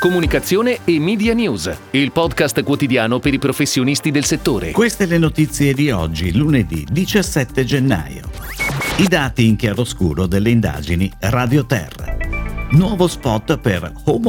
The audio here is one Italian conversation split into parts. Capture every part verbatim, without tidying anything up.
Comunicazione e Media News, il podcast quotidiano per i professionisti del settore. Queste le notizie di oggi, lunedì diciassette gennaio. I dati in chiaroscuro delle indagini Radio Terra. Nuovo spot per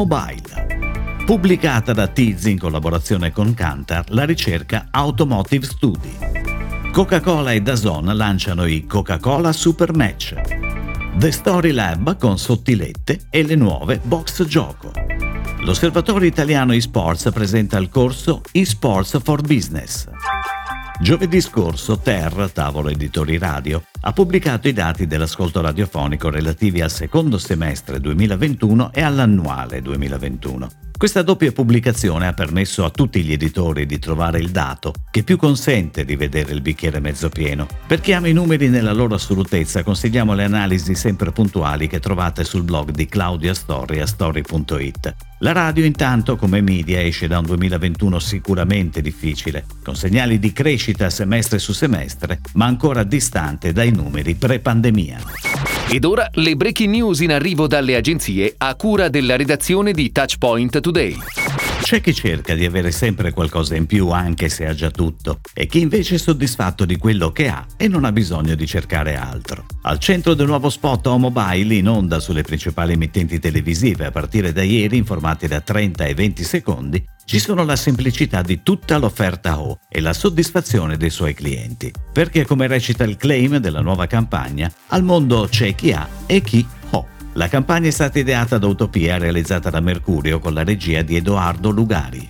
O-Mobile. Pubblicata da Tiz in collaborazione con Kantar la ricerca Automotive Study. Coca-Cola e DAZN lanciano i Coca-Cola Super Match. The Story Lab con sottilette e le nuove box gioco. L'Osservatorio Italiano eSports presenta il corso eSports for Business. Giovedì scorso Ter, tavolo editori radio, ha pubblicato i dati dell'ascolto radiofonico relativi al secondo semestre duemilaventuno e all'annuale duemilaventuno. Questa doppia pubblicazione ha permesso a tutti gli editori di trovare il dato che più consente di vedere il bicchiere mezzo pieno. Per chi ama i numeri nella loro assolutezza, consigliamo le analisi sempre puntuali che trovate sul blog di Claudia Storia, story punto it. La radio intanto come media esce da un duemilaventuno sicuramente difficile, con segnali di crescita semestre su semestre, ma ancora distante dai numeri pre-pandemia. Ed ora le breaking news in arrivo dalle agenzie a cura della redazione di Touchpoint Today. C'è chi cerca di avere sempre qualcosa in più anche se ha già tutto e chi invece è soddisfatto di quello che ha e non ha bisogno di cercare altro. Al centro del nuovo spot O-Mobile in onda sulle principali emittenti televisive a partire da ieri in formati da trenta e venti secondi ci sono la semplicità di tutta l'offerta O e la soddisfazione dei suoi clienti. Perché come recita il claim della nuova campagna, al mondo c'è chi ha e chi ho. La campagna è stata ideata da Utopia e realizzata da Mercurio con la regia di Edoardo Lugari.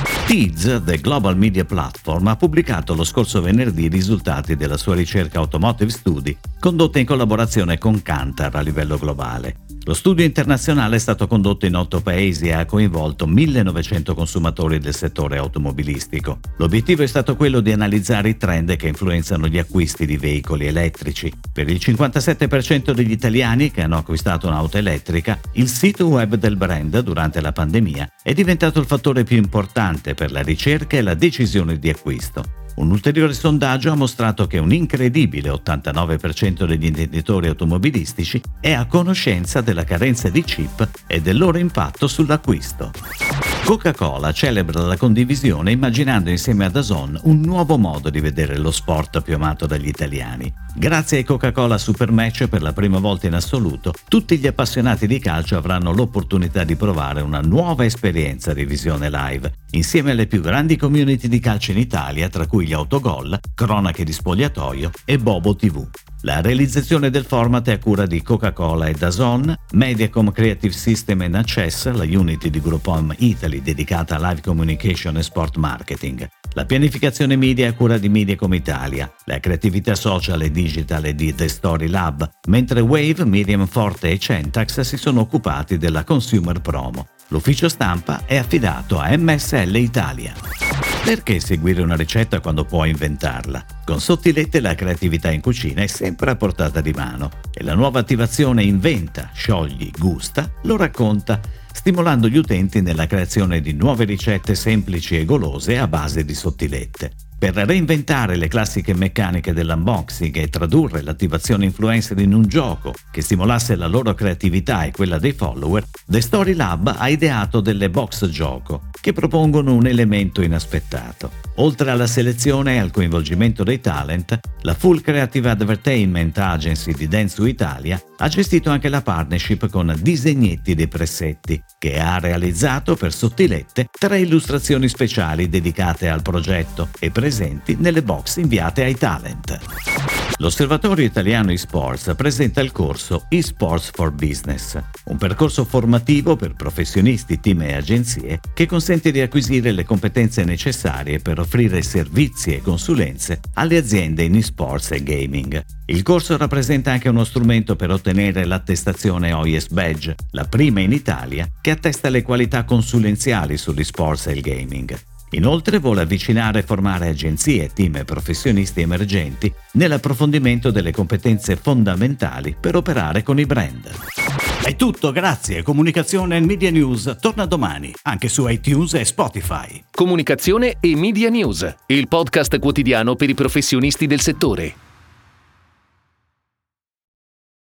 Tiz, The Global Media Platform, ha pubblicato lo scorso venerdì i risultati della sua ricerca Automotive Study condotta in collaborazione con Kantar a livello globale. Lo studio internazionale è stato condotto in otto paesi e ha coinvolto millenovecento consumatori del settore automobilistico. L'obiettivo è stato quello di analizzare i trend che influenzano gli acquisti di veicoli elettrici. Per il cinquantasette per cento degli italiani che hanno acquistato un'auto elettrica, il sito web del brand durante la pandemia è diventato il fattore più importante per la ricerca e la decisione di acquisto. Un ulteriore sondaggio ha mostrato che un incredibile ottantanove per cento degli intenditori automobilistici è a conoscenza della carenza di chip e del loro impatto sull'acquisto. Coca-Cola celebra la condivisione immaginando insieme a DAZN un nuovo modo di vedere lo sport più amato dagli italiani. Grazie ai Coca-Cola Super Match, per la prima volta in assoluto, tutti gli appassionati di calcio avranno l'opportunità di provare una nuova esperienza di visione live, insieme alle più grandi community di calcio in Italia, tra cui gli Autogol, Cronache di Spogliatoio e Bobo tivù. La realizzazione del format è a cura di Coca-Cola e DAZN, Mediacom Creative System and Access, la unity di Groupon Italy dedicata a live communication e sport marketing. La pianificazione media è a cura di Mediacom Italia, la creatività social e digital è di The Story Lab, mentre Wave, Miriam Forte e Centax si sono occupati della consumer promo. L'ufficio stampa è affidato a M S L Italia. Perché seguire una ricetta quando puoi inventarla? Con Sottilette la creatività in cucina è sempre a portata di mano e la nuova attivazione Inventa, Sciogli, Gusta lo racconta, stimolando gli utenti nella creazione di nuove ricette semplici e golose a base di sottilette. Per reinventare le classiche meccaniche dell'unboxing e tradurre l'attivazione influencer in un gioco che stimolasse la loro creatività e quella dei follower, The Story Lab ha ideato delle box gioco che propongono un elemento inaspettato. Oltre alla selezione e al coinvolgimento dei talent, la Full Creative Advertainment Agency di Dentsu Italia ha gestito anche la partnership con Disegnetti dei Pressetti, che ha realizzato per Sottilette tre illustrazioni speciali dedicate al progetto e presenti nelle box inviate ai talent. L'Osservatorio Italiano eSports presenta il corso eSports for Business, un percorso formativo per professionisti, team e agenzie che consente di acquisire le competenze necessarie per offrire servizi e consulenze alle aziende in eSports e gaming. Il corso rappresenta anche uno strumento per ottenere l'attestazione O I S Badge, la prima in Italia, che attesta le qualità consulenziali sull'eSports e il gaming. Inoltre vuole avvicinare e formare agenzie, team e professionisti emergenti nell'approfondimento delle competenze fondamentali per operare con i brand. È tutto, grazie. Comunicazione e Media News torna domani, anche su iTunes e Spotify. Comunicazione e Media News, il podcast quotidiano per i professionisti del settore.